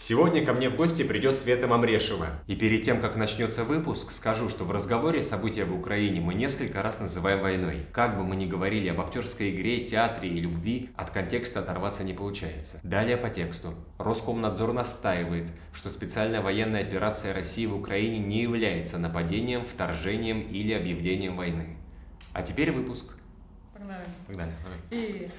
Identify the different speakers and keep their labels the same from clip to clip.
Speaker 1: Сегодня ко мне в гости придет Света Мамрешева. И перед тем, как начнется выпуск, скажу, что в разговоре события в Украине мы несколько раз называем войной. Как бы мы ни говорили об актерской игре, театре и любви, от контекста оторваться не получается. Далее по тексту. Роскомнадзор настаивает, что специальная военная операция России в Украине не является нападением, вторжением или объявлением войны. А теперь выпуск.
Speaker 2: Погнали.
Speaker 1: Давай.
Speaker 2: И...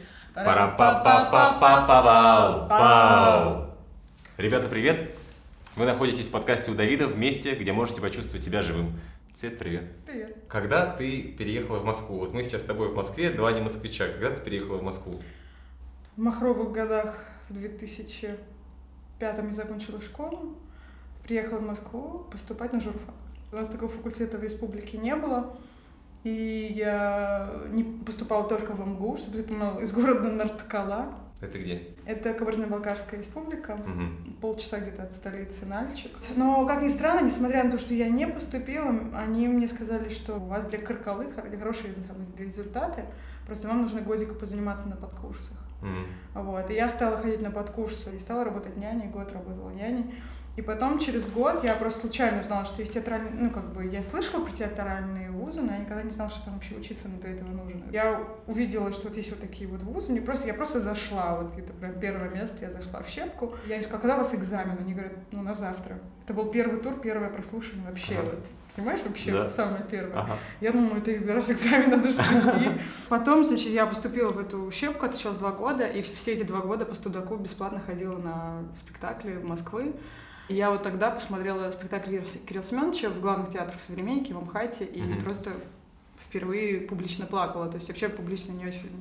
Speaker 1: Пара-па-па-па-па-пау. Ребята, привет! Вы находитесь в подкасте у Давида в месте, где можете почувствовать себя живым. Свет, привет.
Speaker 2: Привет.
Speaker 1: Когда ты переехала в Москву? Вот мы сейчас с тобой в Москве, два не москвича. Когда ты переехала в Москву?
Speaker 2: В махровых годах в 2005 я закончила школу, приехала в Москву поступать на журфак. У нас такого факультета в республике не было, и я не поступала только в МГУ, чтобы ты понимал, из города Нарткала.
Speaker 1: Это где?
Speaker 2: Это Кабардино-Балкарская республика, полчаса где-то от столицы Нальчик. Но, как ни странно, несмотря на то, что я не поступила, они мне сказали, что у вас для Каркалы хорошие результаты, просто вам нужно годик позаниматься на подкурсах. Вот. И я стала ходить на подкурсы и стала работать няней, год работала няней. И потом через год я просто случайно узнала, что есть театральные, я слышала про театральные вузы, но я никогда не знала, что там вообще учиться для этого нужно. Я увидела, что вот есть вот такие вот вузы, я просто зашла, вот это прям первое место, я зашла в щепку. Я им сказала, когда у вас экзамен? Они говорят, на завтра. Это был первый тур, первое прослушивание вообще, вот. Понимаешь, вообще,
Speaker 1: да.
Speaker 2: Самое первое. Я думала, это раз экзамен, надо же прийти. Потом, я поступила в эту щепку, отучилась 2 года, и все эти 2 года по студаку бесплатно ходила на спектакли в Москве. И я вот тогда посмотрела спектакль Кирилла Семеновича в главных театрах «Современники», в Амхате, и просто впервые публично плакала. То есть вообще публично не очень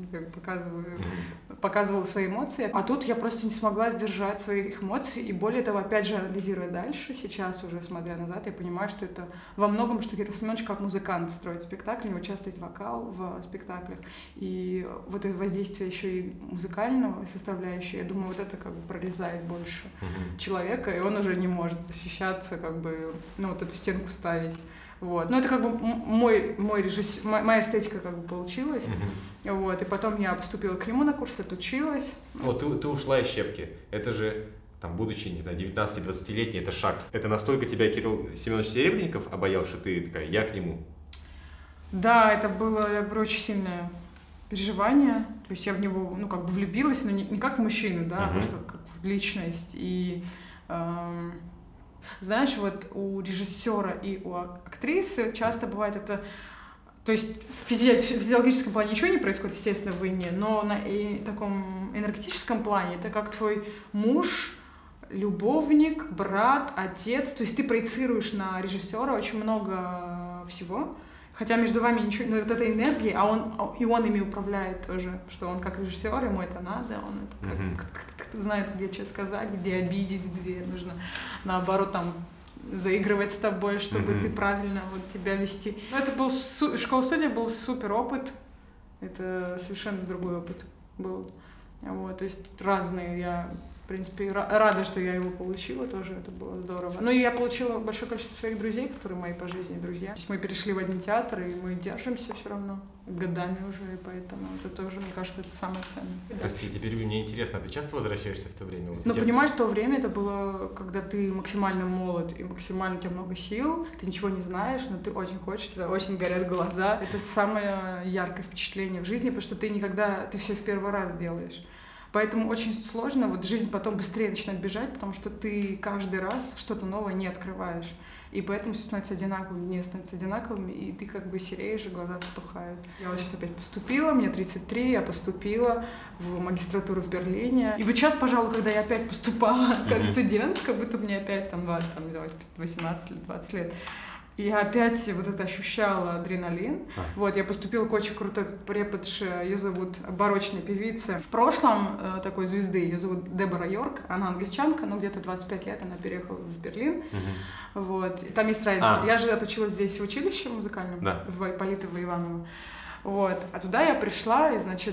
Speaker 2: показывала свои эмоции. А тут я просто не смогла сдержать своих эмоций. И более того, опять же, анализируя дальше, сейчас уже смотря назад, я понимаю, что это во многом, что Кирилл Семенович как музыкант строит спектакль, у него часто есть вокал в спектаклях. И вот это воздействие еще и музыкального составляющей, я думаю, вот это прорезает больше человека, и он уже не может защищаться, вот эту стенку ставить. Вот. Это моя эстетика получилась. Вот. И потом я поступила к нему на курс, отучилась.
Speaker 1: Вот ты ушла из щепки. Это же, будучи, 19-20-летней, это шаг. Это настолько тебя Кирилл Семенович Серебренников обаял, что ты такая, я к нему?
Speaker 2: Да, это было, очень сильное переживание. То есть я в него, влюбилась, но не как в мужчину, да, а просто как в личность. И... Знаешь, вот у режиссера и у актрисы часто бывает это, то есть в физиологическом плане ничего не происходит, естественно, в войне, но на таком энергетическом плане это как твой муж, любовник, брат, отец, то есть ты проецируешь на режиссера очень много всего, хотя между вами ничего, но вот эта энергия, он ими управляет тоже, что он как режиссер, ему это надо, он это знает, где что сказать, где обидеть, где нужно, наоборот, заигрывать с тобой, чтобы ты правильно тебя вести. Но это был школа студия был супер опыт, это совершенно другой опыт был. Вот, то есть разные, я, в принципе, рада, что я его получила, тоже это было здорово. И я получила большое количество своих друзей, которые мои по жизни друзья. То есть мы перешли в один театр, и мы держимся все равно годами уже, и поэтому это тоже, мне кажется, это самое ценное.
Speaker 1: Прости, теперь мне интересно, а ты часто возвращаешься в то время?
Speaker 2: Понимаешь, то время это было, когда ты максимально молод и максимально у тебя много сил, ты ничего не знаешь, но ты очень хочешь, у тебя очень горят глаза. Это самое яркое впечатление в жизни, потому что ты все в первый раз делаешь. Поэтому очень сложно, жизнь потом быстрее начинает бежать, потому что ты каждый раз что-то новое не открываешь. И поэтому все становится одинаковым, дни становятся одинаковыми, и ты сереешь, и глаза потухают. Я вот сейчас опять поступила, мне 33, я поступила в магистратуру в Берлине. И вот сейчас, пожалуй, когда я опять поступала как студент, как будто мне опять 18 лет, 20 лет, я опять вот это ощущала адреналин. Вот, я поступила к очень крутой преподше, ее зовут барочная певица. В прошлом такой звезды, ее зовут Дебора Йорк, она англичанка, но где-то 25 лет она переехала в Берлин. Вот, и там есть разница. Я же отучилась здесь в училище музыкальном, в Ипполитово Иваново. Вот, а туда я пришла, и,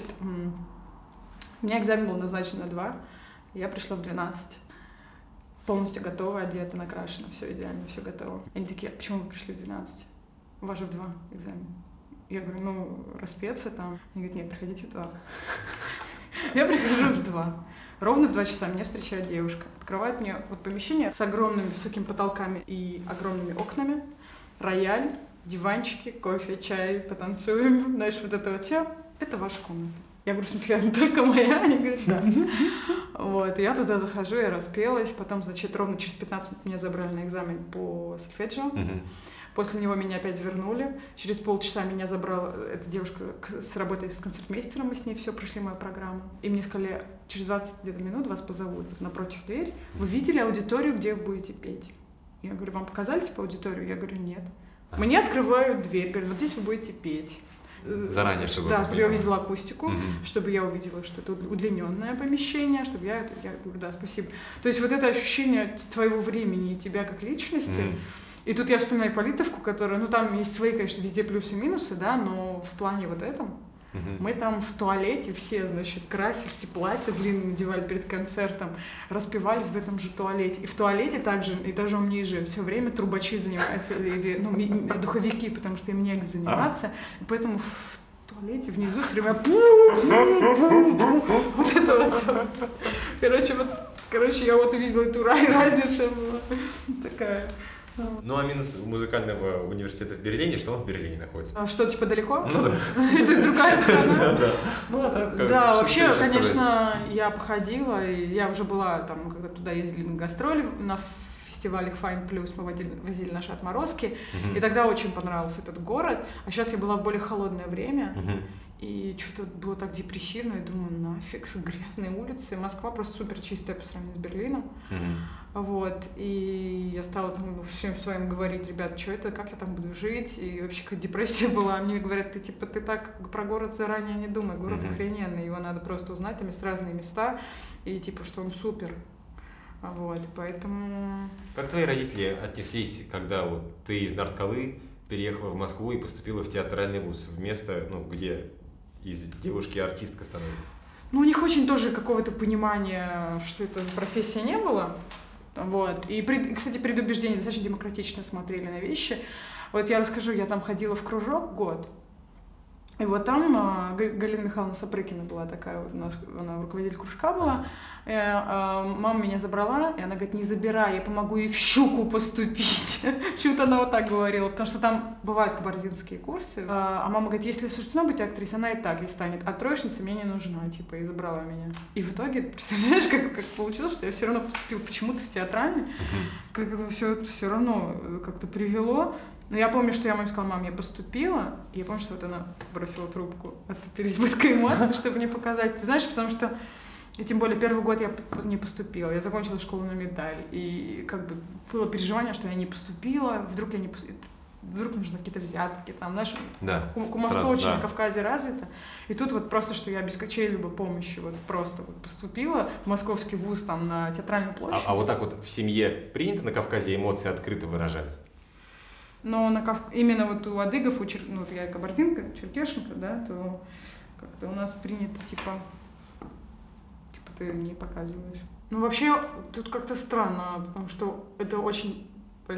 Speaker 2: у меня экзамен был назначен на 2, я пришла в 12. Полностью готова, одета, накрашена, все идеально, все готово. И они такие, а почему вы пришли в 12? У вас же в 2 экзамен. Я говорю, распеться там. Они говорят, нет, приходите в 2. Я прихожу в 2. Ровно в 2 часа меня встречает девушка. Открывает мне вот помещение с огромными высокими потолками и огромными окнами, рояль, диванчики, кофе, чай, потанцуем, знаешь, вот это вот все. Это ваша комната. Я говорю, в смысле, она только моя? Они говорят, да. Вот, и я туда захожу, я распелась, потом, значит, ровно через 15 минут меня забрали на экзамен по сольфеджио. После него меня опять вернули. Через полчаса меня забрала эта девушка с работой с концертмейстером, мы с ней все прошли мою программу. И мне сказали, через 20 где-то минут вас позовут вот напротив дверь. Вы видели аудиторию, где вы будете петь? Я говорю, вам показали типа аудиторию? Я говорю, нет. Мне открывают дверь, говорят, вот здесь вы будете петь.
Speaker 1: Заранее, чтобы...
Speaker 2: Да, чтобы я увидела акустику, чтобы я увидела, что это удлиненное помещение, чтобы я говорю, да, спасибо. То есть вот это ощущение твоего времени и тебя как личности. И тут я вспоминаю Политовку, которая, ну там есть свои, конечно, везде плюсы и минусы, да, но в плане вот этом мы там в туалете все, значит, красились, и платья длинные надевали перед концертом, распевались в этом же туалете. И в туалете также, этажом ниже, все время трубачи занимаются, или духовики, потому что им негде заниматься. И поэтому в туалете внизу все время вот это вот все. Короче, я вот увидела эту разницу такая.
Speaker 1: Ну, а минус музыкального университета в Берлине, что он в Берлине находится?
Speaker 2: А что, типа далеко?
Speaker 1: Ну да.
Speaker 2: Это другая страна?
Speaker 1: Да. Ну, а так как?
Speaker 2: Да, вообще, конечно, я походила, и я уже была там, когда туда ездили на гастроли, на фестивале Fine Plus мы возили наши отморозки, и тогда очень понравился этот город, а сейчас я была в более холодное время, и что-то было так депрессивно, я думаю, нафиг, что грязные улицы. Москва просто супер чистая по сравнению с Берлином. Вот, и я стала там всем своим говорить, ребят, что это, как я там буду жить, и вообще какая депрессия была. Мне говорят, ты так про город заранее не думай, город охрененный, его надо просто узнать, там есть разные места, и типа, что он супер. Вот, поэтому...
Speaker 1: Как твои родители отнеслись, когда вот ты из Нарткалы переехала в Москву и поступила в театральный вуз, в место, ну, где из девушки артистка становится?
Speaker 2: Ну, у них очень тоже какого-то понимания, что это за профессия, не было. Вот. И, кстати, предубеждения достаточно демократично смотрели на вещи. Вот я расскажу, я там ходила в кружок год. И вот там Галина Михайловна Сапрыкина была такая, вот у нас, она руководитель кружка была. Мама меня забрала, и она говорит, не забирай, я помогу ей в Щуку поступить. Почему-то она вот так говорила, потому что там бывают кабардинские курсы. А мама говорит, если суждено быть актрисой, она и так и станет. А троечница мне не нужна, типа, и забрала меня. И в итоге, представляешь, как получилось, что я все равно поступила почему-то в театральный. Как это все равно как-то привело. Но я помню, что я маме сказала, мам, я поступила, и я помню, что вот она бросила трубку от переизбытка эмоций, чтобы мне показать. Ты знаешь, потому что, и тем более, первый год я не поступила, я закончила школу на медаль, и как бы было переживание, что я не поступила, вдруг нужны какие-то взятки, там, знаешь,
Speaker 1: да,
Speaker 2: кумовство очень на Кавказе развито, и тут вот просто, что я без чьей-либо помощи вот просто вот поступила в московский вуз, там, на Театральную площадь.
Speaker 1: А вот так вот в семье принято на Кавказе эмоции открыто выражать?
Speaker 2: Но именно вот у адыгов, ну вот я кабардинка, черкешенка, да, то как-то у нас принято, типа ты не показываешь. Ну вообще тут как-то странно, потому что это очень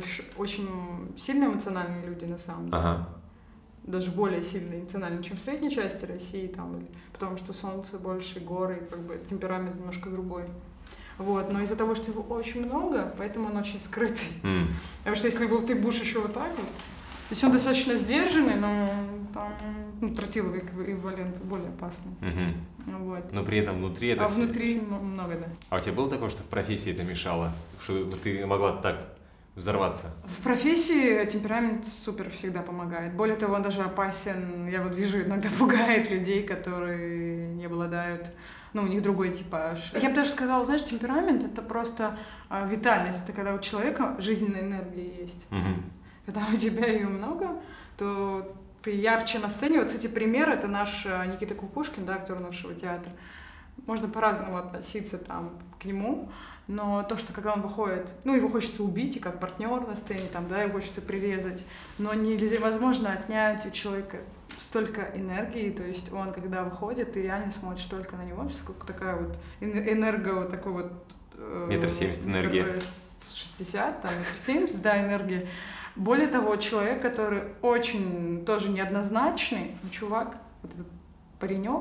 Speaker 2: сильно эмоциональные люди на самом деле. Даже более сильно эмоционально, чем в средней части России, там, потому что солнце больше, горы, как бы темперамент немножко другой. Вот, но из-за того, что его очень много, поэтому он очень скрытый. Потому что если ты будешь еще вот так вот, то есть он достаточно сдержанный, но там тротиловый эквивалент более опасный. Вот.
Speaker 1: Но при этом внутри это...
Speaker 2: А внутри много, да.
Speaker 1: А у тебя было такое, что в профессии это мешало? Что ты могла так взорваться?
Speaker 2: В профессии темперамент супер всегда помогает. Более того, он даже опасен, я вот вижу, иногда пугает людей, которые не обладают... Ну, у них другой типаж. Я бы даже сказала, знаешь, темперамент — это просто витальность. Это когда у человека жизненная энергия есть. Когда у тебя ее много, то ты ярче на сцене. Вот, кстати, пример — это наш Никита Кукушкин, да, актер нашего театра. Можно по-разному относиться там к нему, но то, что когда он выходит, ну, его хочется убить, и как партнер на сцене, там, да, его хочется прирезать, но невозможно отнять у человека столько энергии, то есть он, когда выходит, ты реально смотришь только на него, что такая вот вот такой вот...
Speaker 1: 1,70 м энергии.
Speaker 2: 60, там, 1,70 м, да, энергия. Более того, человек, который очень тоже неоднозначный, чувак, вот этот паренек,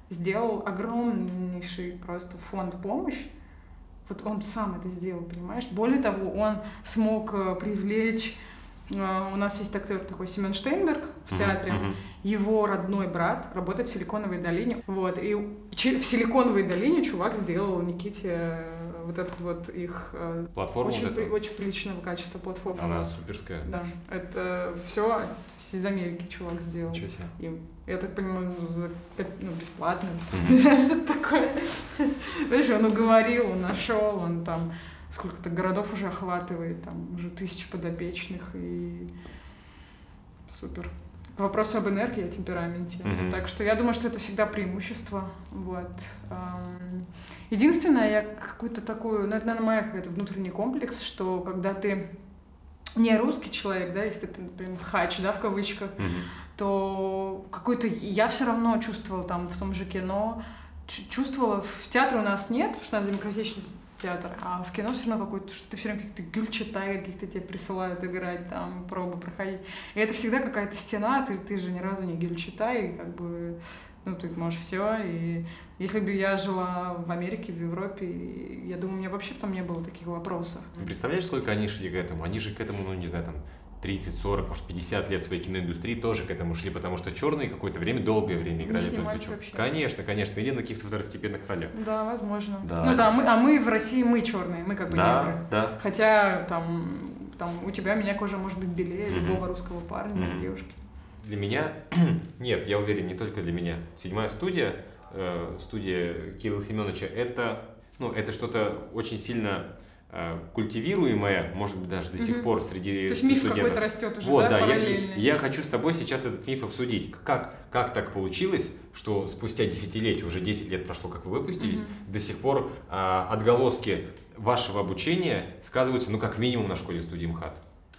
Speaker 2: сделал огромнейший просто фонд помощи. Вот он сам это сделал, понимаешь? Более того, он смог привлечь... У нас есть актер такой Семен Штейнберг в театре. Его родной брат работает в Силиконовой долине. Вот. И в Силиконовой долине чувак сделал Никите вот этот вот их
Speaker 1: платформу
Speaker 2: очень приличного качества платформу.
Speaker 1: Она суперская.
Speaker 2: Да. Это все из Америки чувак сделал.
Speaker 1: Ничего себе.
Speaker 2: И, я так понимаю, бесплатно. Не знаю, что это такое. Знаешь, он уговорил, он нашел, он там сколько-то городов уже охватывает, там уже 1000 подопечных, и супер. К вопросу об энергии, о темпераменте. Так что я думаю, что это всегда преимущество. Вот. Единственное, я какую-то такую, это, наверное, моя какой-то внутренний комплекс, что когда ты не русский человек, да, если ты, например, хач, да, в кавычках, то какой-то я все равно чувствовала там в том же кино, чувствовала, в театре у нас нет, потому что у нас демократичный театр, а в кино все равно какой-то, что ты все время каких-то гюльчатай каких-то тебе присылают играть, там, пробы проходить. И это всегда какая-то стена, ты же ни разу не гюльчатай, и как бы, ну, ты можешь все. И если бы я жила в Америке, в Европе, я думаю, у меня вообще там не было таких вопросов.
Speaker 1: Представляешь, сколько они шли к этому? Они же к этому, ну, не знаю, там, 30, 40, может, 50 лет своей киноиндустрии тоже к этому шли, потому что черные какое-то время, долгое время играли только черные. Конечно, конечно, или на каких-то второстепенных ролях.
Speaker 2: Да, возможно.
Speaker 1: Да.
Speaker 2: Ну да, мы в России, мы черные, мы как бы негры.
Speaker 1: Да.
Speaker 2: Хотя там у тебя меня кожа может быть белее любого русского парня или девушки.
Speaker 1: Для меня, нет, я уверен, не только для меня. 7-я студия, студия Кирилла Семеновича, это что-то очень сильно культивируемое, может быть, даже до сих пор среди студентов. То есть миф
Speaker 2: какой-то растет уже,
Speaker 1: вот,
Speaker 2: да,
Speaker 1: параллельный. Я хочу с тобой сейчас этот миф обсудить. Как так получилось, что спустя десятилетия, уже 10 лет прошло, как вы выпустились, до сих пор отголоски вашего обучения сказываются, ну, как минимум, на школе студии МХАТ?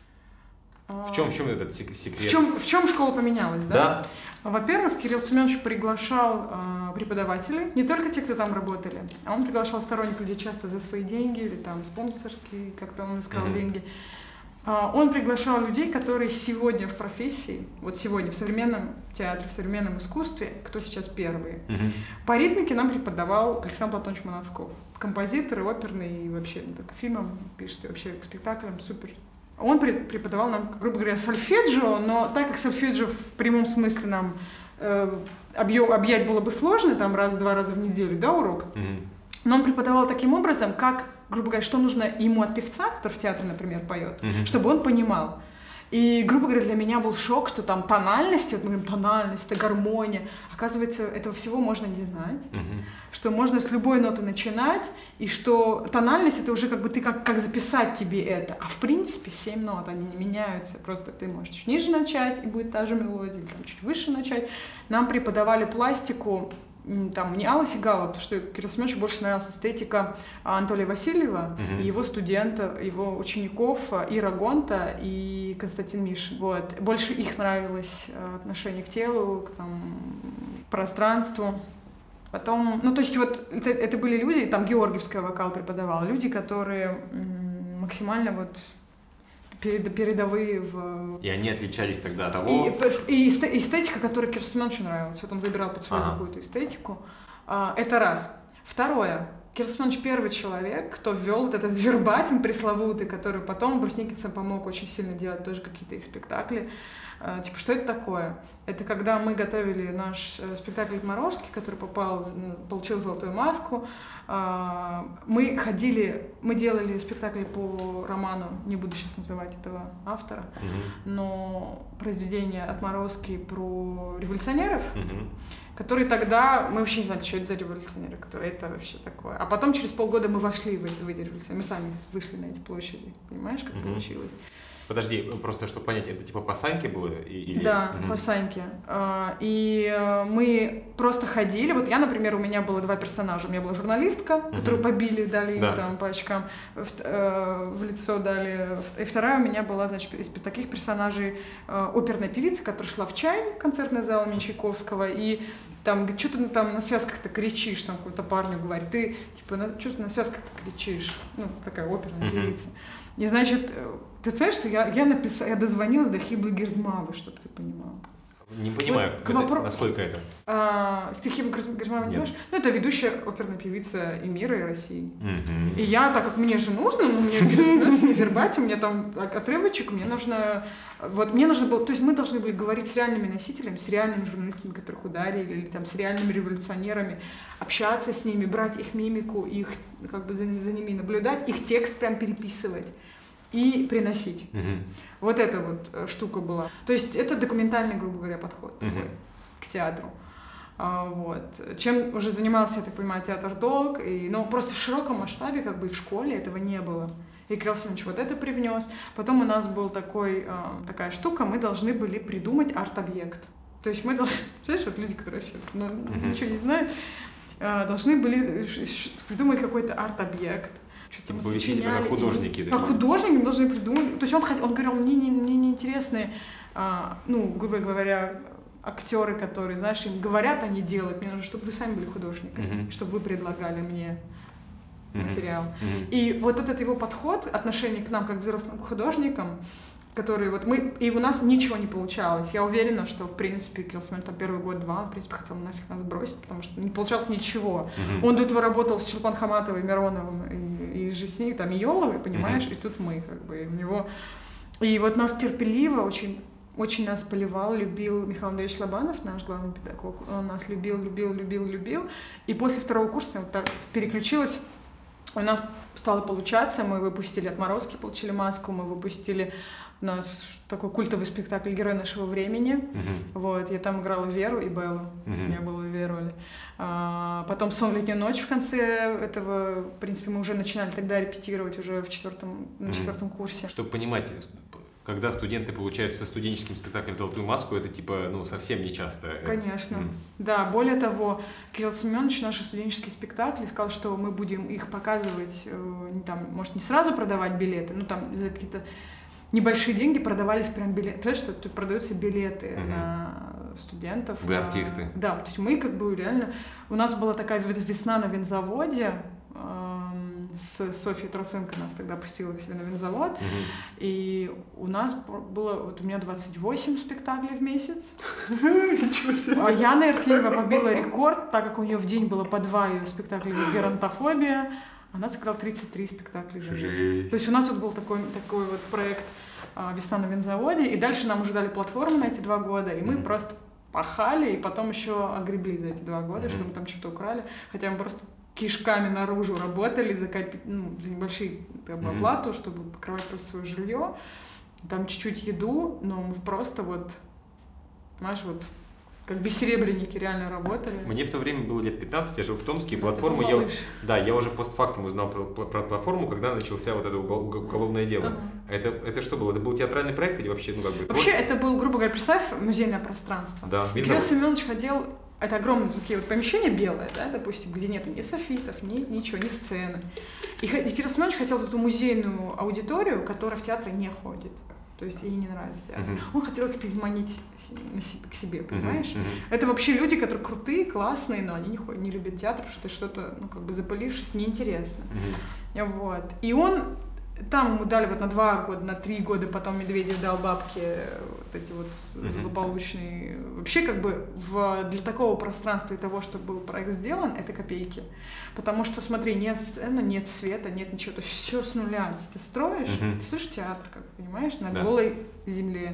Speaker 1: В чем этот секрет?
Speaker 2: В чем школа поменялась, да? Да. Во-первых, Кирилл Семенович приглашал преподавателей, не только те, кто там работали, а он приглашал сторонних людей часто за свои деньги или там спонсорские, как-то он искал деньги. Он приглашал людей, которые сегодня в профессии, вот сегодня в современном театре, в современном искусстве, кто сейчас первые. По ритмике нам преподавал Александр Платонович Манацков, композитор и оперный, и вообще так, фильмом пишет, и вообще к спектаклям супер. Он преподавал нам, грубо говоря, сольфеджио, но так как сольфеджио в прямом смысле нам объять было бы сложно, там раз-два раза в неделю, да, урок, но он преподавал таким образом, как, грубо говоря, что нужно ему от певца, который в театре, например, поет, чтобы он понимал. И, грубо говоря, для меня был шок, что там тональности, вот мы говорим, тональность, это гармония. Оказывается, этого всего можно не знать, что можно с любой ноты начинать, и что тональность — это уже как бы ты как записать тебе это. А в принципе 7 нот, они не меняются, просто ты можешь чуть ниже начать, и будет та же мелодия, там, чуть выше начать. Нам преподавали пластику, там не Алла Сигала, потому что Кириллу Семеновичу больше нравилась эстетика Анатолия Васильева и его студентов, его учеников Ира Гонта и Константин Мишин. Вот. Больше их нравилось отношение к телу, к пространству. Потом, ну то есть вот это были люди, там Георгиевская вокал преподавала, люди, которые максимально вот передовые в...
Speaker 1: И они отличались тогда от того...
Speaker 2: И эстетика, которая Кириллу Семеновичу нравилась. Вот он выбирал под свою какую-то эстетику. Это раз. Второе. Кирилл Семенович первый человек, кто ввел вот этот вербатим пресловутый, который потом Брусникинцам помог очень сильно делать тоже какие-то их спектакли. Типа, что это такое? Это когда мы готовили наш спектакль «Отморозки», который получил «Золотую маску». Мы делали спектакль по роману, не буду сейчас называть этого автора, но произведение «Отморозки» про революционеров, которые тогда, мы вообще не знали, что это за революционеры, кто это вообще такое. А потом через полгода мы вошли в эти революционеры, мы сами вышли на эти площади. Понимаешь, как получилось?
Speaker 1: Подожди, просто чтобы понять, это типа по Саньке было? Или...
Speaker 2: Да, по Саньке. И мы просто ходили. Вот я, например, у меня было 2 персонажа. У меня была журналистка, которую побили, дали им там по очкам, в лицо дали. И вторая у меня была, значит, из таких персонажей оперная певица, которая шла в чай, концертный зал имени Чайковского, и там что-то там на связках-то кричишь, там какому-то парню говорит, ты типа что-то на связках-то кричишь. Ну, такая оперная певица. И, значит, ты понимаешь, что я дозвонилась до Хиблы Герзмавы, чтобы ты понимал.
Speaker 1: Не понимаю,
Speaker 2: Вот
Speaker 1: насколько это.
Speaker 2: Ты Хима Гарманова не знаешь? Ну, это ведущая оперная певица и мира, и России.
Speaker 1: Угу.
Speaker 2: И я, так как мне же нужно, мне интересно, не вербать, у меня там отрывочек, мне нужно было, то есть мы должны были говорить с реальными носителями, с реальными журналистами, которых ударили, или там с реальными революционерами, общаться с ними, брать их мимику, их как бы за ними наблюдать, их текст прям переписывать и приносить. Вот эта вот штука была. То есть это документальный, грубо говоря, подход такой к театру. Вот. Чем уже занимался, я так понимаю, театр долг, но просто в широком масштабе, как бы и в школе этого не было. И Кирилл Семенович вот это привнес. Потом у нас была такая штука, мы должны были придумать арт-объект. То есть мы должны, знаешь, вот люди, которые вообще ничего не знают, должны были придумать какой-то арт-объект. Что-то мы сочиняли.
Speaker 1: Как художники.
Speaker 2: Как художники мы должны придумать. То есть он говорил, мне не интересны, грубо говоря, актеры, которые, знаешь, им говорят, они делают. Мне нужно, чтобы вы сами были художниками, чтобы вы предлагали мне материал. И вот этот его подход, отношение к нам как взрослым художникам, которые и у нас ничего не получалось. Я уверена, что, в принципе, Кирилл Семенович там первый год-два, в принципе, хотел нафиг нас бросить, потому что не получалось ничего. Он до этого работал с Чулпан Хаматовой, Мироновым и же с ней, там, Йоловой, понимаешь, и тут мы, как бы, у него... И вот нас терпеливо, очень нас поливал, любил Михаил Андреевич Лобанов, наш главный педагог. Он нас любил. И после второго курса вот так переключилось. У нас стало получаться, мы выпустили «Отморозки», получили «Маску», мы выпустили наш такой культовый спектакль «Герой нашего времени». Вот, я там играла Веру и Беллу, у меня было две роли. Потом «Сон в летнюю ночь» в конце этого, в принципе, мы уже начинали тогда репетировать уже на четвертом курсе.
Speaker 1: Чтобы понимать, когда студенты получают со студенческим спектаклем «Золотую маску», это типа, совсем не часто.
Speaker 2: Конечно. Да, более того, Кирилл Семенович наши студенческие спектакли сказал, что мы будем их показывать, может, не сразу продавать билеты, там за какие-то небольшие деньги продавались прям билеты. Понимаешь, что тут продаются билеты на студентов.
Speaker 1: Вы артисты.
Speaker 2: Да, то есть мы как бы реально... У нас была такая весна на винзаводе, с Софьей Троценко нас тогда пустила к себе на винзавод, и у нас было, у меня 28 спектаклей в месяц.
Speaker 1: Ничего себе.
Speaker 2: А Яна Эртьеева побила рекорд, так как у нее в день было по 2 ее спектакля «Геронтофобия», она сыграла 33 спектакля за месяц. То есть у нас вот был такой вот проект «Весна на винзаводе», и дальше нам уже дали платформу на эти 2 года, и мы просто пахали, и потом еще огребли за эти 2 года, чтобы там что-то украли, хотя мы просто кишками наружу работали за небольшие оплату, чтобы покрывать просто свое жилье, там чуть-чуть еду, но мы просто знаешь, как бессеребренники реально работали.
Speaker 1: Мне в то время было лет 15, я жил в Томске, и платформу я уже постфактум узнал про платформу, когда начался вот это уголовное дело. Это что было? Это был театральный проект или вообще,
Speaker 2: Вообще, это был, грубо говоря, представь, музейное пространство.
Speaker 1: Да.
Speaker 2: Кирилл Семенович хотел... Это огромные такие вот помещения белые, да, допустим, где нету ни софитов, ничего, ни сцены. И Кирилл Семенович хотел эту музейную аудиторию, которая в театре не ходит. То есть ей не нравится театр. Он хотел их переманить к себе, понимаешь? Это вообще люди, которые крутые, классные, но они не любят театр, потому что это что-то, запылившись, неинтересно. Вот. И там ему дали на 2 года, на 3 года, потом Медведев дал бабки вот эти злополучные. Вообще, для такого пространства и того, чтобы был проект сделан, это копейки. Потому что, смотри, нет сцены, нет света, нет ничего. То есть все с нуля. Ты строишь театр, понимаешь, на голой земле.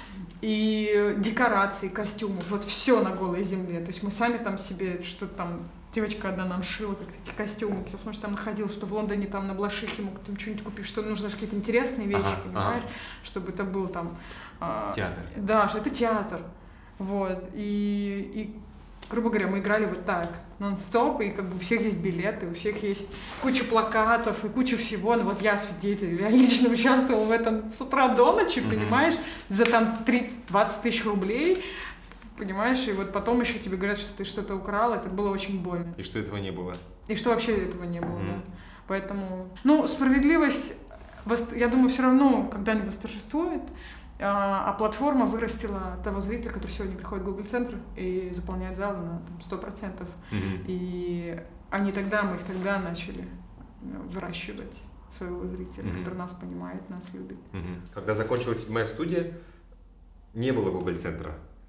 Speaker 2: И декорации, костюмы, все на голой земле. То есть мы сами там себе что-то там... Девочка одна нам шила как эти костюмы, кто там находил, что в Лондоне там на Блошихе мог там что-нибудь купить, что нужно какие-то интересные вещи, понимаешь, чтобы это был там...
Speaker 1: Театр.
Speaker 2: Да, что это театр. Вот. И, грубо говоря, мы играли вот так, нон-стоп, и у всех есть билеты, у всех есть куча плакатов и куча всего. Но я свидетель, я лично участвовала в этом с утра до ночи, понимаешь, за там 30-20 тысяч рублей. Понимаешь, и потом еще тебе говорят, что ты что-то украл, это было очень больно.
Speaker 1: И что этого не было.
Speaker 2: И что вообще этого не было, да. Поэтому, справедливость, я думаю, все равно когда-нибудь восторжествует, а платформа вырастила того зрителя, который сегодня приходит в Google Центр и заполняет залы на 100%. И мы их тогда начали выращивать своего зрителя, который нас понимает, нас любит.
Speaker 1: Когда закончилась 7-я студия, не было Google Центра.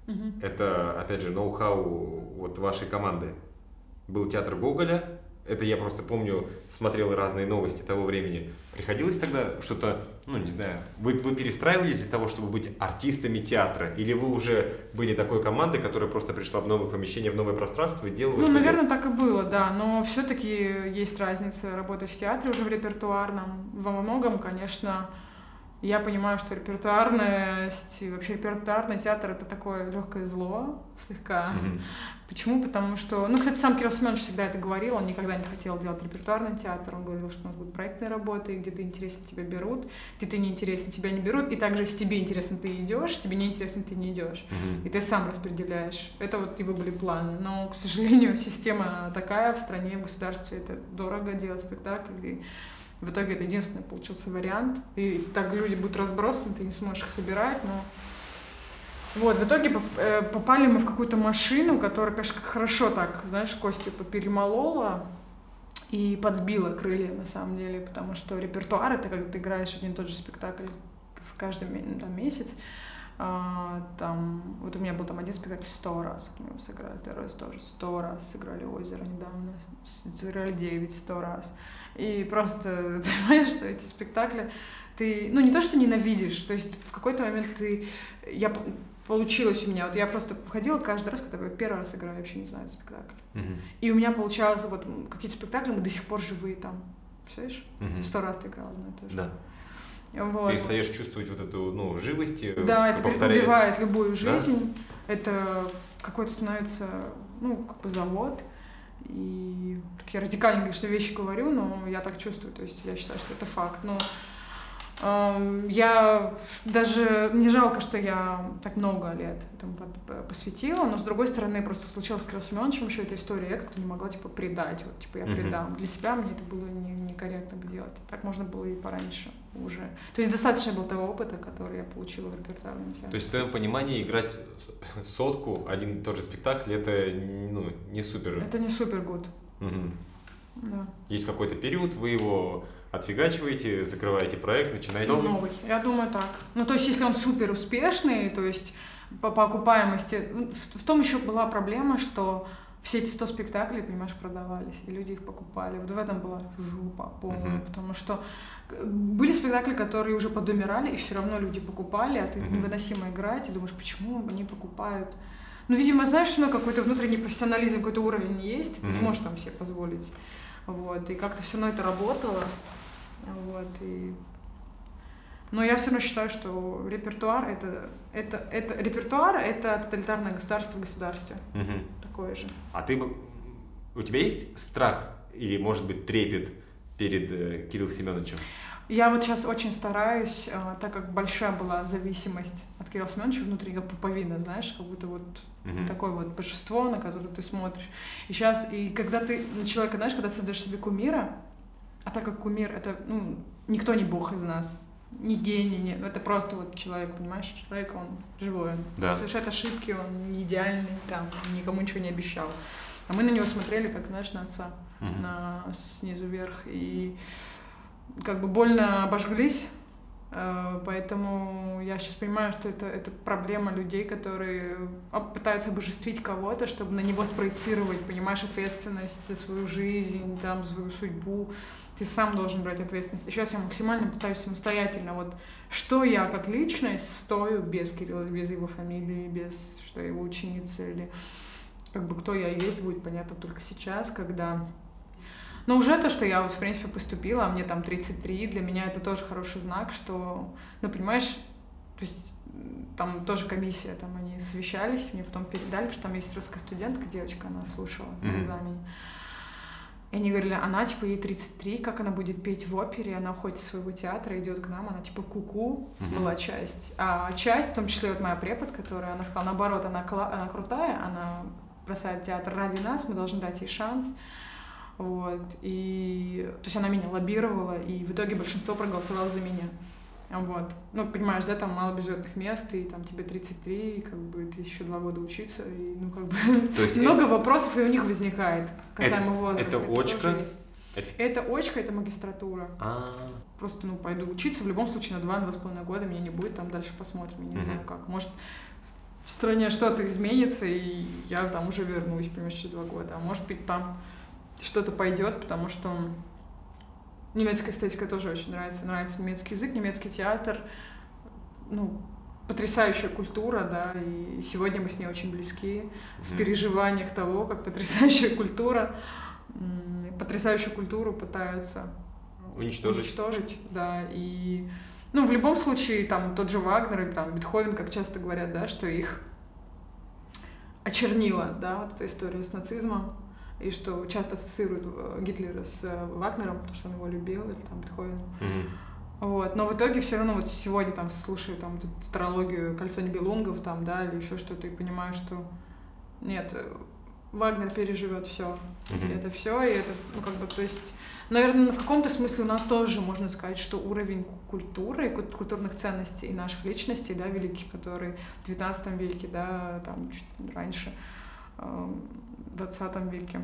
Speaker 1: Это, опять же, ноу-хау вот вашей команды. Был театр Гоголя. Это я просто помню, смотрел разные новости того времени. Приходилось тогда что-то, ну, не знаю, вы перестраивались для того, чтобы быть артистами театра? Или вы уже были такой командой, которая просто пришла в новое помещение, в новое пространство и делала?
Speaker 2: Ну, наверное, так и было, да. Но все-таки есть разница работать в театре уже в репертуарном. Во многом, конечно, я понимаю, что репертуарность и вообще репертуарный театр — это такое легкое зло слегка. Почему? Потому что, ну, кстати, сам Кирилл Семенович всегда это говорил, он никогда не хотел делать репертуарный театр, он говорил, что у нас будут проектные работы, где ты интересен, тебя берут, где ты неинтересен, тебя не берут, и также, если тебе интересно, ты идешь, тебе неинтересно, ты не идешь, и ты сам распределяешь. Это вот его были планы, но, к сожалению, система такая в стране, в государстве, это дорого делать спектакль, и в итоге это единственный получился вариант, и так люди будут разбросаны, ты не сможешь их собирать, но... Вот, в итоге попали мы в какую-то машину, которая, конечно, хорошо так, знаешь, кости перемолола и подсбила крылья, на самом деле, потому что репертуар — это когда ты играешь один и тот же спектакль в каждый там, месяц. Там, вот у меня был там один спектакль 100 раз, мы его сыграли, второй раз тоже 100 раз сыграли «Озеро» недавно, сыграли 100 раз. И просто понимаешь, что эти спектакли ты, ну, не то, что ненавидишь, то есть в какой-то момент получилось у меня, вот я просто входила каждый раз, когда я первый раз играю, я вообще не знаю этот спектакль. И у меня получалось, вот какие-то спектакли, мы до сих пор живые там, представляешь? 100 раз ты играла одно и то же.
Speaker 1: Да.
Speaker 2: Вот.
Speaker 1: Перестаешь чувствовать вот эту, ну, живость.
Speaker 2: Да, это убивает любую жизнь.
Speaker 1: Да?
Speaker 2: Это какой-то становится, ну, как бы завод. И такие радикальные, конечно, вещи говорю, но я так чувствую, то есть я считаю, что это факт. Но я даже не жалко, что я так много лет этому посвятила, но с другой стороны, просто случилось с Кириллом Семеновичем еще эта история, я как-то не могла, типа, предать, вот, типа, я предам. Для себя мне это было некорректно делать. Так можно было и пораньше уже. То есть достаточно было того опыта, который я получила в репертуарном театре.
Speaker 1: То есть в твоем понимании играть сотку, один и тот же спектакль, это, ну, не супер?
Speaker 2: Это не супер гуд. Да.
Speaker 1: Есть какой-то период, вы его отфигачиваете, закрываете проект, начинаете...
Speaker 2: Новый, я думаю, так. Ну, то есть, если он супер успешный, то есть по окупаемости... В том еще была проблема, что все эти 100 спектаклей, понимаешь, продавались, и люди их покупали. Вот в этом была жопа полная, потому что были спектакли, которые уже подумирали, и все равно люди покупали, а ты невыносимо играть, и думаешь, почему они покупают? Ну, видимо, знаешь, ну, какой-то внутренний профессионализм, какой-то уровень есть, ты не можешь там себе позволить. Вот, и как-то все равно это работало. Вот, и... Но я все равно считаю, что репертуар это тоталитарное государство в государстве. Такое же.
Speaker 1: А у тебя есть страх или, может быть, трепет перед Кириллом Семеновичем?
Speaker 2: Я вот сейчас очень стараюсь, так как большая была зависимость от Кирилла Семеновича внутри, как пуповина, знаешь, как будто вот такое вот божество, на которое ты смотришь. И сейчас, и когда ты человека, знаешь, когда ты создаешь себе кумира, а так как кумир — это, ну, никто не бог из нас, не гений, нет, это просто вот человек, понимаешь, человек, он живой, он совершает ошибки, он не идеальный, там, никому ничего не обещал. А мы на него смотрели, как, знаешь, на отца, снизу вверх, и как бы больно обожглись, поэтому я сейчас понимаю, что это проблема людей, которые пытаются обожествить кого-то, чтобы на него спроецировать, понимаешь, ответственность за свою жизнь, там, за свою судьбу. Ты сам должен брать ответственность. И сейчас я максимально пытаюсь самостоятельно, вот, что я как личность стою без Кирилла, без его фамилии, без что я его ученица, или как бы кто я есть, будет понятно только сейчас, когда... Но уже то, что я, вот, в принципе, поступила, а мне там 33, для меня это тоже хороший знак, что, ну, понимаешь, то есть там тоже комиссия, там они совещались, мне потом передали, потому что там есть русская студентка, девочка, она слушала на экзамене. И они говорили, она, типа, ей 33, как она будет петь в опере, она уходит из своего театра, идет к нам, она, типа, ку-ку, была часть. А часть, в том числе вот моя препод, которая, она сказала, наоборот, она крутая, она бросает театр ради нас, мы должны дать ей шанс. Вот, и, то есть она меня лоббировала, и в итоге большинство проголосовало за меня. Вот, ну, понимаешь, да, там мало бюджетных мест, и там тебе 33, и как бы ты еще 2 года учиться, и, ну, как бы, много вопросов и у них возникает касаемо возраста.
Speaker 1: Это очка?
Speaker 2: Это очка, это магистратура. Просто, ну, пойду учиться, в любом случае на 2-2,5 года меня не будет, там дальше посмотрим, я не знаю как. Может, стране что-то изменится, и я там уже вернусь, понимаешь, через 2 года. А может быть, там что-то пойдет, потому что немецкая эстетика тоже очень нравится. Нравится немецкий язык, немецкий театр. Ну, потрясающая культура, да, и сегодня мы с ней очень близки в переживаниях того, как потрясающая культура, потрясающую культуру пытаются уничтожить, да, и, ну, в любом случае, там, тот же Вагнер и там Бетховен, как часто говорят, да, что их очернила, да, вот эта история с нацизмом, и что часто ассоциируют Гитлера с Вагнером, потому что он его любил, или там Бетховен. Вот. Но в итоге все равно вот сегодня там слушаю там тетралогию «Кольцо Нибелунгов», там, да, или еще что-то, и понимаю, что нет, Вагнер переживет все. И это все, и это, ну, как бы, то есть, наверное, в каком-то смысле у нас тоже можно сказать, что уровень культуры, культурных ценностей и наших личностей, да, великих, которые в 19 веке, да, там, чуть раньше, в 20 веке,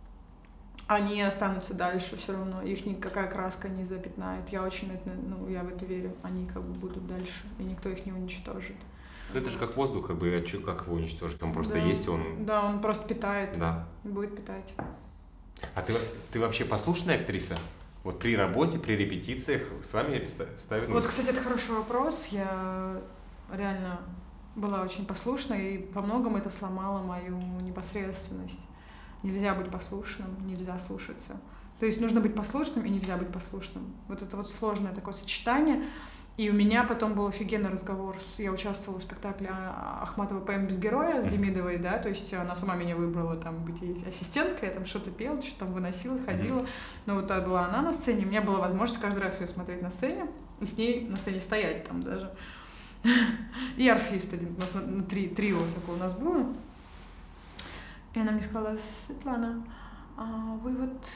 Speaker 2: они останутся дальше все равно, их никакая краска не запятнает. Я очень, ну, я в это верю, они как бы будут дальше, и никто их не уничтожит.
Speaker 1: Ну, это же как воздух, как бы, как его уничтожить? Он просто есть, он...
Speaker 2: Да, он просто питает,
Speaker 1: да.
Speaker 2: Будет питать.
Speaker 1: А ты вообще послушная актриса? Вот при работе, при репетициях с вами ставят...
Speaker 2: Вот, кстати, это хороший вопрос. Я реально была очень послушной, и во многом это сломало мою непосредственность. Нельзя быть послушным, нельзя слушаться. То есть нужно быть послушным и нельзя быть послушным. Вот это вот сложное такое сочетание. И у меня потом был офигенный разговор. Я участвовала в спектакле Ахматова «Поэма без героя» с Демидовой, да, то есть она сама меня выбрала там быть ассистенткой, я там что-то пела, что-то там выносила, ходила. Но вот была она на сцене, у меня была возможность каждый раз ее смотреть на сцене и с ней на сцене стоять там даже. И орфист один, у нас трио такое у нас было. И она мне сказала: Светлана, вы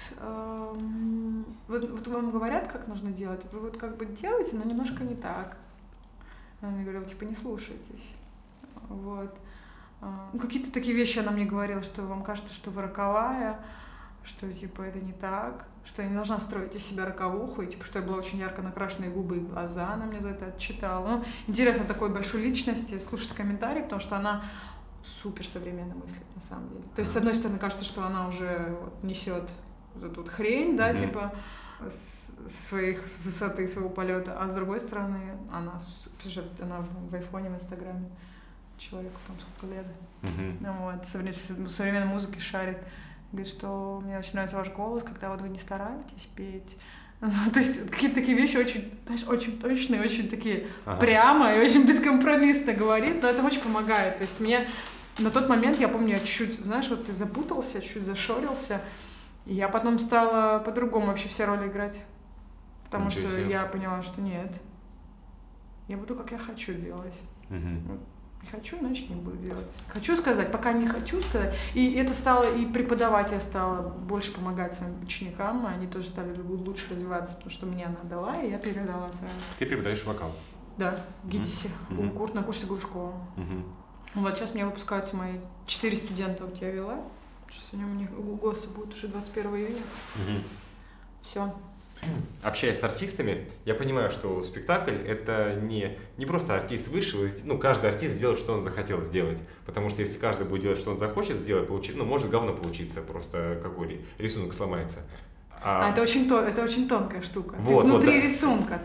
Speaker 2: вот вам говорят, как нужно делать, вы вот как бы делаете, но немножко не так. Она мне говорила, типа, не слушайтесь. Вот. Ну, какие-то такие вещи она мне говорила, что вам кажется, что вы роковая, что, типа, это не так, что я не должна строить из себя роковуху, и, типа, что я была очень ярко накрашенные губы и глаза, она мне за это отчитала. Ну, интересно такой большой личности слушать комментарии, потому что она супер современно мыслит, на самом деле. То есть, с одной стороны, кажется, что она уже вот несет вот эту вот хрень, да, типа, со своих высоты своего полета, а с другой стороны, она в айфоне, в инстаграме, человеку там сколько лет. Вот, современной музыки шарит. Говорит, что мне очень нравится ваш голос, когда вот вы не стараетесь петь. То есть какие-то такие вещи очень, знаешь, очень точные, очень такие прямо и очень бескомпромиссно говорит, но это очень помогает. То есть мне на тот момент, я помню, я чуть-чуть, знаешь, вот ты запутался, чуть зашорился, и я потом стала по-другому вообще все роли играть. Потому что я поняла, что нет, я буду как я хочу делать. Вот. Не хочу, значит, не буду делать. Хочу сказать, пока не хочу сказать. И это стало, и преподавать я стала больше помогать своим ученикам, они тоже стали лучше развиваться, потому что мне она дала, и я передала сразу.
Speaker 1: Ты преподаешь вокал?
Speaker 2: Да, в ГИТИСе, на курсе Глушкова. Вот сейчас у меня выпускаются мои 4 студента, вот я вела. Сейчас у них ГОСы будет уже 21 июня. Все.
Speaker 1: Общаясь с артистами, я понимаю, что спектакль — это не просто артист вышел, ну, каждый артист сделает, что он захотел сделать. Потому что если каждый будет делать, что он захочет сделать, может говно получиться, просто какой рисунок сломается.
Speaker 2: Это очень тонкая штука.
Speaker 1: Вот,
Speaker 2: ты внутри рисунка.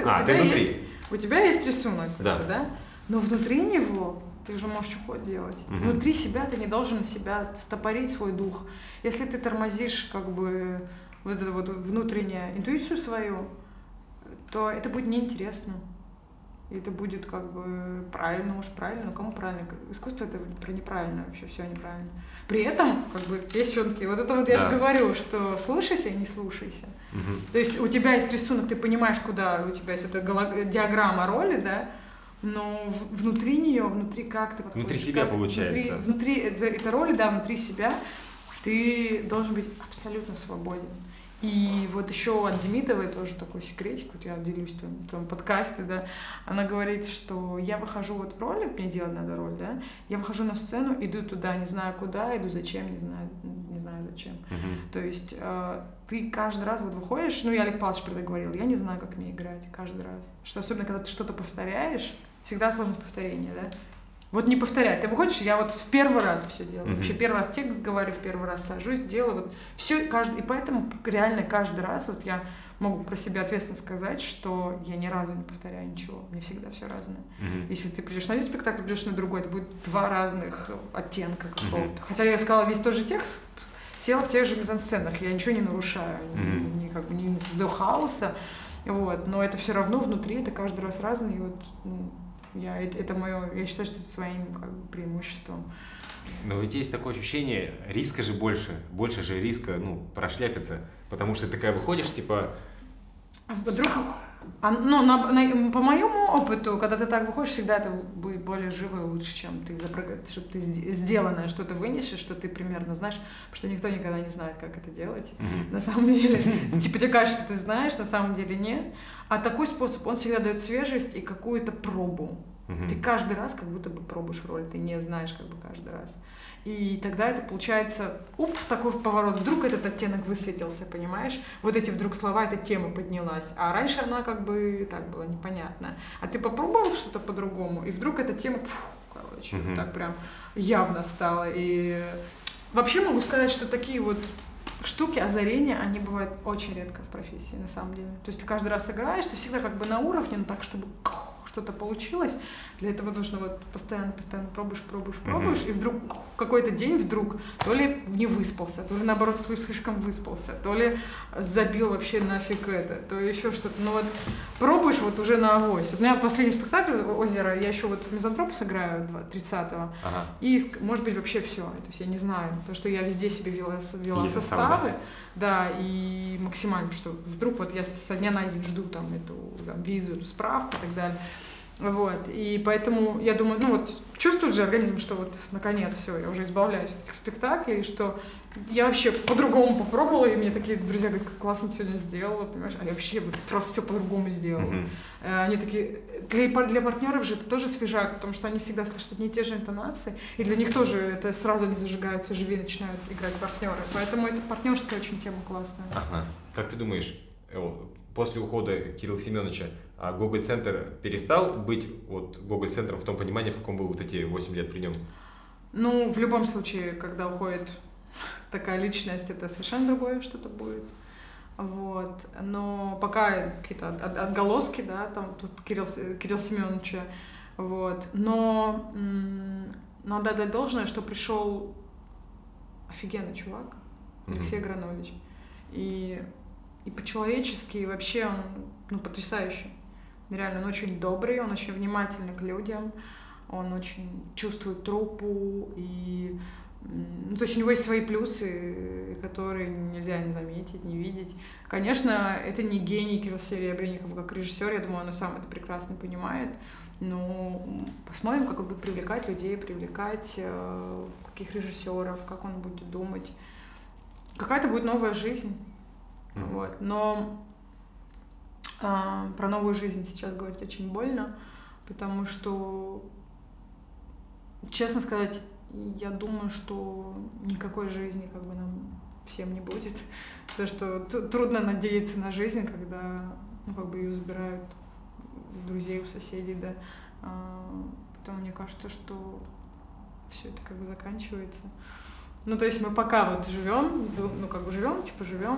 Speaker 2: У тебя есть рисунок, да? Но внутри него ты же можешь что делать. Внутри себя ты не должен себя стопорить свой дух. Если ты тормозишь как бы вот эту вот внутреннюю интуицию свою, то это будет неинтересно. И это будет как бы правильно, может правильно, но кому правильно? Искусство — это про неправильно, вообще все неправильно. При этом, как бы, девчонки, вот это вот я же говорю, что слушайся и не слушайся. То есть у тебя есть рисунок, ты понимаешь, куда у тебя есть эта диаграмма роли, да, но внутри нее, внутри как ты подходишь.
Speaker 1: Внутри себя получается.
Speaker 2: Внутри этой роли, да, внутри себя ты должен быть абсолютно свободен. И вот еще от Демидовой тоже такой секретик, вот я делюсь в твоем подкасте, да, она говорит, что я выхожу вот в роли, мне делать надо роль, да, я выхожу на сцену, иду туда, не знаю куда, иду зачем, не знаю зачем. То есть ты каждый раз вот выходишь, ну, я Олег Павлович тогда говорил, я не знаю, как мне играть каждый раз, что особенно когда ты что-то повторяешь, всегда сложность повторения, да, Вот не повторять. Ты выходишь, я вот в первый раз все делаю. Вообще первый раз текст говорю, в первый раз сажусь, делаю. Вот все, каждый, и поэтому реально каждый раз вот я могу про себя ответственно сказать, что я ни разу не повторяю ничего. Мне всегда все разное. Если ты придешь на один спектакль, придешь на другой, это будет два разных оттенка какого-то. Хотя я сказала весь тот же текст, села в тех же мизансценах, я ничего не нарушаю, как бы не создаю хаоса. Вот, но это все равно внутри, это каждый раз разное. И вот, это мое, я считаю, что это своим как бы преимуществом.
Speaker 1: Но ведь есть такое ощущение, риска же больше же риска, прошляпиться, потому что ты такая выходишь, типа...
Speaker 2: Вдруг, по моему опыту, когда ты так выходишь, всегда это будет более живо и лучше, чем ты чтобы ты сделанное что-то вынесешь, что ты примерно знаешь, потому что никто никогда не знает, как это делать. На самом деле, типа тебе кажется, что ты знаешь, на самом деле нет. А такой способ, он всегда дает свежесть и какую-то пробу. Ты каждый раз как будто бы пробуешь роль, ты не знаешь как бы каждый раз. И тогда это получается, такой поворот, вдруг этот оттенок высветился, понимаешь? Вот эти вдруг слова, эта тема поднялась, а раньше она как бы так была непонятная. А ты попробовал что-то по-другому, и вдруг эта тема, так прям явно стала. И вообще могу сказать, что такие вот штуки, озарения, они бывают очень редко в профессии, на самом деле. То есть ты каждый раз играешь, ты всегда как бы на уровне, но так, чтобы что-то получилось. Для этого нужно вот постоянно пробуешь, и вдруг какой-то день то ли не выспался, то ли наоборот слишком выспался, то ли забил вообще нафиг это, то еще что-то. Но вот пробуешь вот уже на авось. Вот у меня последний спектакль «Озеро», я еще вот «Мизантропус» играю 30-го, и может быть вообще все. То есть я не знаю, потому что я везде себе вела составы, да, и максимально, что вдруг вот я со дня на день жду там эту визу, эту справку и так далее. Вот, и поэтому я думаю, чувствует же организм, что вот наконец все, я уже избавляюсь от этих спектаклей, что я вообще по-другому попробовала, и мне такие друзья говорят, как классно ты сегодня сделала, понимаешь, а я вообще вот просто все по-другому сделала. Они такие, для партнеров же это тоже свежак, потому что они всегда слышат одни и те же интонации, и для них тоже это сразу они зажигаются, живее начинают играть партнеры, поэтому это партнерская очень тема классная.
Speaker 1: Как ты думаешь, после ухода Кирилла Семеновича Гоголь-центр перестал быть Гоголь-центром в том понимании, в каком был вот эти 8 лет при нем?
Speaker 2: В любом случае, когда уходит такая личность, это совершенно другое что-то будет. Вот. Но пока какие-то отголоски, да, там тут Кирилла Семеновича, вот. Но надо отдать должное, что пришел офигенный чувак, Алексей Агранович. И по-человечески, и вообще он потрясающий. Реально, он очень добрый, он очень внимательный к людям, он очень чувствует труппу, и то есть у него есть свои плюсы, которые нельзя не заметить, не видеть. Конечно, это не гений Кирилл Серебренников как режиссер, я думаю, он сам это прекрасно понимает, но посмотрим, как он будет привлекать людей, привлекать каких режиссеров, как он будет думать. Какая-то будет новая жизнь. Вот. Но про новую жизнь сейчас говорить очень больно, потому что, честно сказать, я думаю, что никакой жизни как бы нам всем не будет, потому что трудно надеяться на жизнь, когда ее забирают у друзей, у соседей, да. Поэтому мне кажется, что все это как бы заканчивается. То есть мы пока вот живем, живем,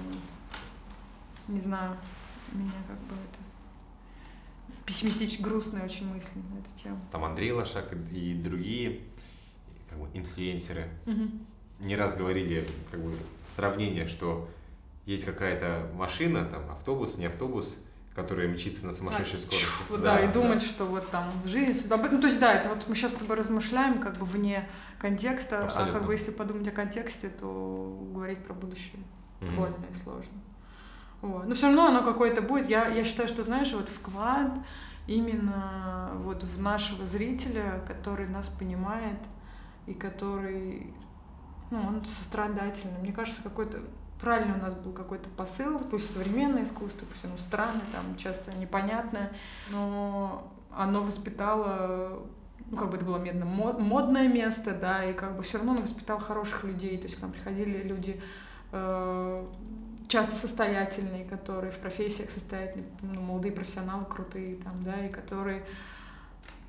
Speaker 2: но не знаю, у меня как бы это пессимистично, грустные очень мысли на эту тему.
Speaker 1: Там Андрей Лошак и другие как бы инфлюенсеры не раз говорили как бы сравнение, что есть какая-то машина, там автобус, не автобус, которая мчится на сумасшедшей скорости.
Speaker 2: Да, и думать, что вот там жизнь сюда. То есть да, это вот мы сейчас с тобой размышляем как бы вне контекста,
Speaker 1: абсолютно.
Speaker 2: А как бы если подумать о контексте, то говорить про будущее больно и сложно. Вот. Но все равно оно какое-то будет. Я считаю, что, знаешь, вот вклад именно вот в нашего зрителя, который нас понимает и который, он сострадательный. Мне кажется, какой-то правильно у нас был какой-то посыл, пусть современное искусство, пусть оно странное, там часто непонятное, но оно воспитало, это было модное место, да, и как бы все равно оно воспитало хороших людей, то есть к нам приходили люди часто состоятельные, которые в профессиях состоятельные, молодые профессионалы крутые там, да, и которые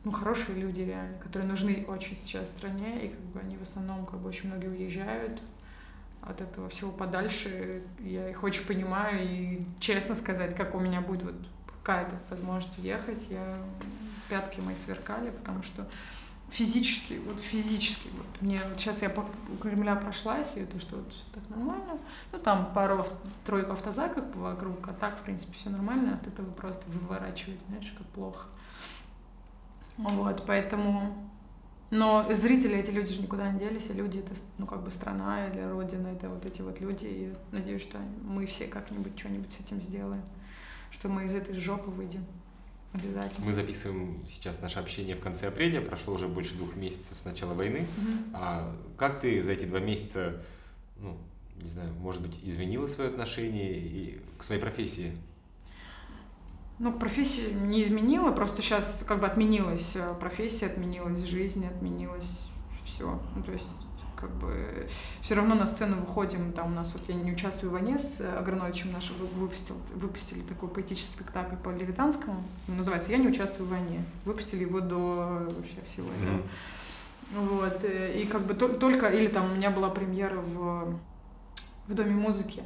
Speaker 2: хорошие люди реально, которые нужны очень сейчас стране, и как бы они в основном как бы очень многие уезжают от этого всего подальше. Я их очень понимаю, и честно сказать, как у меня будет вот какая-то возможность уехать, пятки мои сверкали, потому что физически, вот мне вот сейчас я у Кремля прошлась, и это что вот все так нормально. Ну, там тройку автозаков вокруг, а так, в принципе, все нормально, от этого просто выворачивает, знаешь, как плохо. Вот, поэтому... Но зрители, эти люди же никуда не делись, и люди — это, как бы страна или родина, это вот эти вот люди, и надеюсь, что мы все как-нибудь что-нибудь с этим сделаем, что мы из этой жопы выйдем. Обязательно.
Speaker 1: Мы записываем сейчас наше общение в конце апреля, прошло уже больше 2 месяцев с начала войны. А как ты за эти 2 месяца, не знаю, может быть, изменила свое отношение к своей профессии?
Speaker 2: К профессии не изменила, просто сейчас как бы отменилась профессия, отменилась жизнь, отменилось все. То есть как бы все равно на сцену выходим, там у нас вот я не участвую в войне с Аграновичем, наш выпустили такой поэтический спектакль по Левитанскому, называется «Я не участвую в войне». Выпустили его до вообще всего этого. Вот, и как бы только, или там у меня была премьера в Доме музыки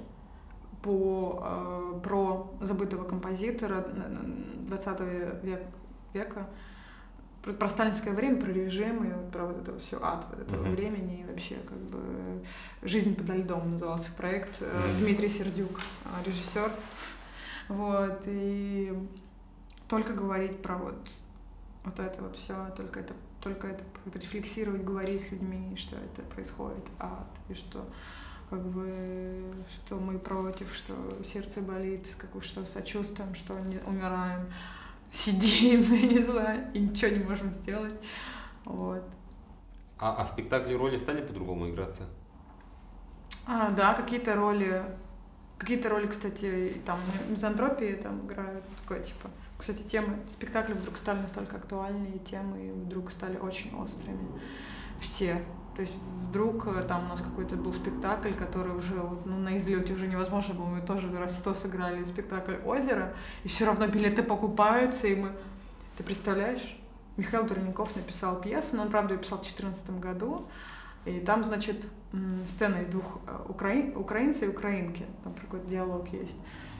Speaker 2: про забытого композитора 20 века, про сталинское время, про режим и про вот это все ад вот этого времени, и вообще как бы «Жизнь подо льдом» назывался проект. Дмитрий Сердюк, режиссер. Вот, и только говорить про вот это вот все, только это рефлексировать, говорить с людьми, что это происходит ад, и что как бы, что мы против, что сердце болит, как бы, что сочувствуем, что не умираем, сидим, я не знаю, и ничего не можем сделать. Вот.
Speaker 1: А спектакли, роли стали по-другому играться?
Speaker 2: Да, какие-то роли, кстати, там мизантропии там играют, такое типа. Кстати, темы спектакля вдруг стали настолько актуальны, и темы вдруг стали очень острыми. Все. То есть вдруг там у нас какой-то был спектакль, который уже на излете уже невозможно было, мы тоже раз 100 сыграли спектакль «Озеро», и все равно билеты покупаются, и мы... Ты представляешь? Михаил Дурников написал пьесу, но он, правда, ее писал в 2014 году, и там, значит, сцена из 2 украинца и украинки, там какой-то диалог есть.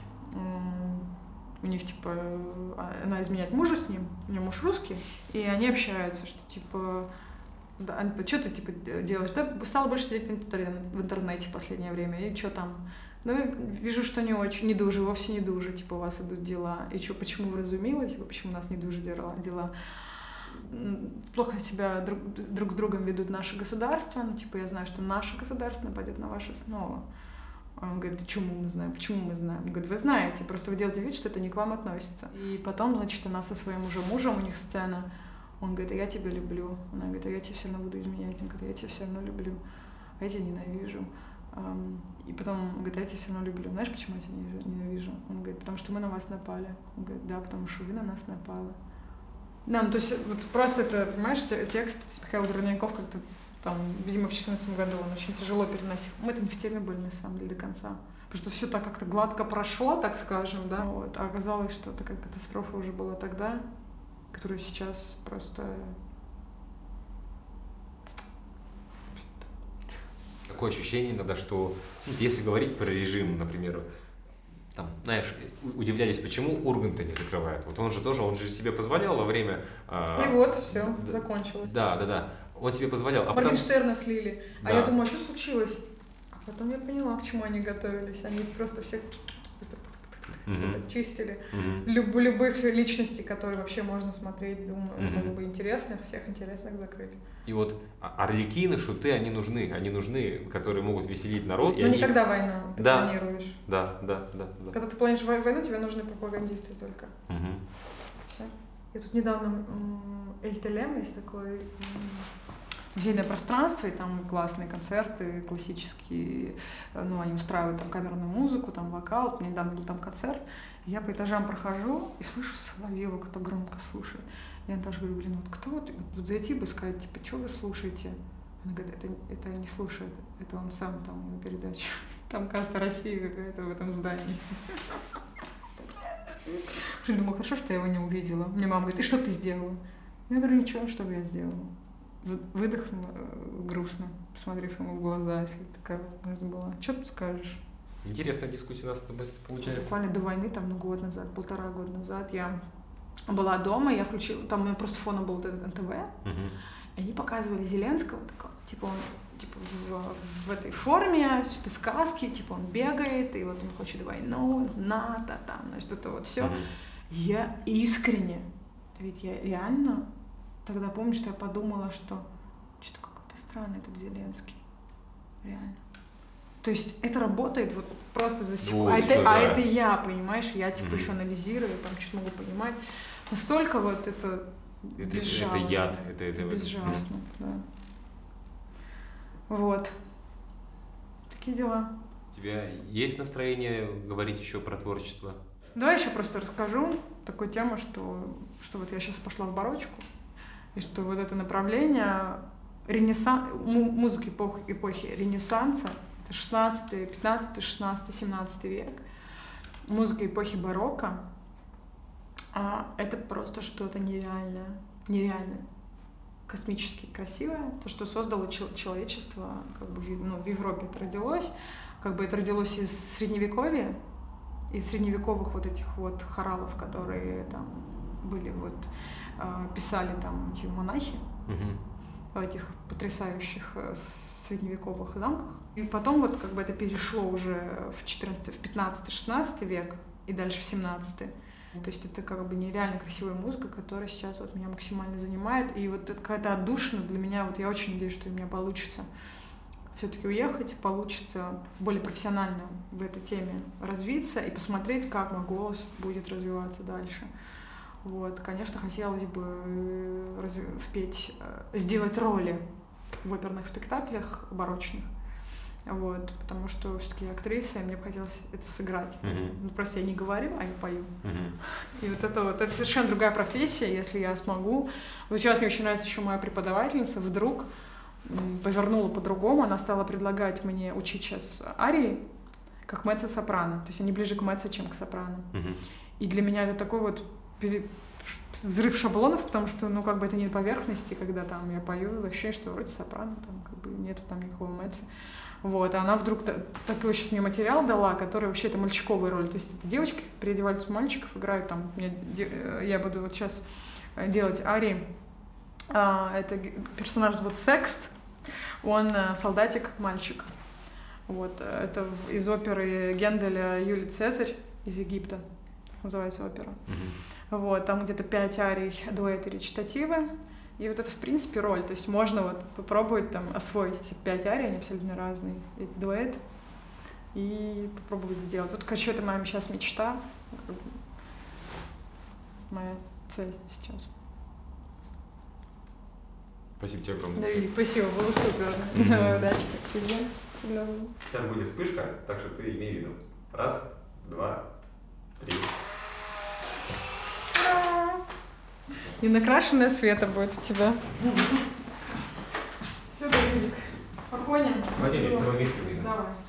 Speaker 2: У них, типа, она изменяет мужа с ним, у нее муж русский, и они общаются, что, типа... Да, что ты типа делаешь? Да, стала больше сидеть в интернете в последнее время. И что там? Вижу, что не очень, не дужи, вовсе не дужи, типа у вас идут дела. И что, почему вразумила, типа, почему у нас не дужи дела? Плохо себя друг с другом ведут наши государства, типа я знаю, что наше государство нападет на ваше снова. Он говорит, почему мы знаем? Он говорит, вы знаете, просто вы делаете вид, что это не к вам относится. И потом, значит, она со своим уже мужем, у них сцена. Он говорит, а я тебя люблю. Она говорит, а я тебя все равно буду изменять. Он говорит, я тебя все равно люблю, а я тебя ненавижу. И потом он говорит, я тебя все равно люблю. Знаешь, почему я тебя ненавижу? Он говорит, потому что мы на вас напали. Он говорит, да, потому что вы на нас напали. Да, то есть вот просто это, понимаешь, текст Михаил Дурников как-то там, видимо, в 2014 году он очень тяжело переносил. Мы это не в теме были, на самом деле, до конца. Потому что все так как-то гладко прошло, так скажем, да. Вот. А оказалось, что такая катастрофа уже была тогда, которую сейчас просто...
Speaker 1: Такое ощущение иногда, что если говорить про режим, например, там, знаешь, удивлялись, почему Урганта не закрывают. Вот он же себе позволял во время...
Speaker 2: И вот, все, закончилось.
Speaker 1: Да. Он себе позволял.
Speaker 2: Моргенштерна слили.
Speaker 1: Да.
Speaker 2: А я думаю, что случилось? А потом я поняла, к чему они готовились. Они просто всех чистили. Любых личностей, которые вообще можно смотреть, думаю, было бы интересно, всех интересных закрыли.
Speaker 1: И вот Арлекины, шуты, они нужны, которые могут веселить народ.
Speaker 2: Но никогда войну ты планируешь.
Speaker 1: Да.
Speaker 2: Когда ты планируешь войну, тебе нужны пропагандисты только. Я тут недавно Эль-Телем есть такой музейное пространство, и там классные концерты, классические, они устраивают там камерную музыку, там вокал, недавно был там концерт, и я по этажам прохожу и слышу Соловьева, кто громко слушает. Я Наташа говорю, вот кто вот зайти бы сказать, типа, что вы слушаете? Она говорит, это не слушает, это он сам там на передаче. Там касса России какая-то в этом здании. Я думаю, хорошо, что я его не увидела. Мне мама говорит, и что ты сделала? Я говорю, ничего, что бы я сделала. Выдохнула грустно, посмотрев ему в глаза, если такая возможность была. Что ты скажешь?
Speaker 1: Интересная дискуссия у нас с тобой получается.
Speaker 2: Буквально до войны, там, год назад, 1,5 года назад, я была дома, я включила, там у меня просто фоном был вот этот НТВ, и они показывали Зеленского, такого, типа он типа в этой форме, что-то сказки, типа он бегает, и вот он хочет войну, НАТО, там, значит, это вот все. Я искренне, ведь я реально тогда помню, что я подумала, что что-то как-то странно этот Зеленский, реально. То есть это работает вот просто за секунду. Это я, понимаешь, я типа еще анализирую, там что-то могу понимать. Настолько вот это безжалостно.
Speaker 1: Это яд. Это
Speaker 2: безжалостно, да. Вот. Такие дела.
Speaker 1: У тебя есть настроение говорить еще про творчество?
Speaker 2: Давай еще просто расскажу такую тему, что вот я сейчас пошла в барочку, и что вот это направление музыки эпохи Ренессанса, это 16, 15, 16, 17 век, музыка эпохи барокко, это просто что-то нереальное, космически красивое, то, что создало человечество, как бы, в Европе это родилось, как бы это родилось из Средневековья, из средневековых вот этих вот хоралов, которые там были вот, писали там эти монахи в этих потрясающих средневековых замках. И потом вот как бы это перешло уже в 15-16 век и дальше в 17. То есть это как бы нереально красивая музыка, которая сейчас вот меня максимально занимает. И вот это какая-то отдушина для меня, вот я очень надеюсь, что у меня получится все-таки уехать, получится более профессионально в этой теме развиться и посмотреть, как мой голос будет развиваться дальше. Вот, конечно, хотелось бы впеть, сделать роли в оперных спектаклях барочных. Вот, потому что все-таки я актриса, и мне бы хотелось это сыграть. Ну, просто я не говорю, а я пою. И вот это совершенно другая профессия, если я смогу. Вот сейчас мне очень нравится еще моя преподавательница, вдруг повернула по-другому, она стала предлагать мне учить сейчас арии, как меццо-сопрано. То есть они ближе к меццо, чем к сопрано. И для меня это такой вот взрыв шаблонов, потому что, ну, как бы это не на поверхности, когда там я пою, ощущение, что вроде сопрано, там, как бы нету там никакого меццо. Вот, а она вдруг такой сейчас мне материал дала, который вообще это мальчиковые роли. То есть это девочки переодеваются в мальчиков, играют там. Я буду вот сейчас делать арии. Это персонаж зовут Секст, он солдатик-мальчик. Вот, это из оперы Генделя «Юлий Цезарь» из Египта, называется опера. Вот, там где-то 5 арий, дуэты, речитативы. И вот это, в принципе, роль. То есть можно вот попробовать там освоить эти 5 арий, они абсолютно разные. И дуэт, и попробовать сделать. Тут, короче, это моя сейчас мечта, моя цель сейчас.
Speaker 1: Спасибо тебе огромное.
Speaker 2: Давид, спасибо, было супер. Удачи, как всегда.
Speaker 1: Сейчас будет вспышка, так что ты имей в виду. 1, 2, 3.
Speaker 2: И накрашенная Света будет у тебя. Все, Давидик, погоним.
Speaker 1: Пойдем, с тобой вместе выйдем.
Speaker 2: Давай.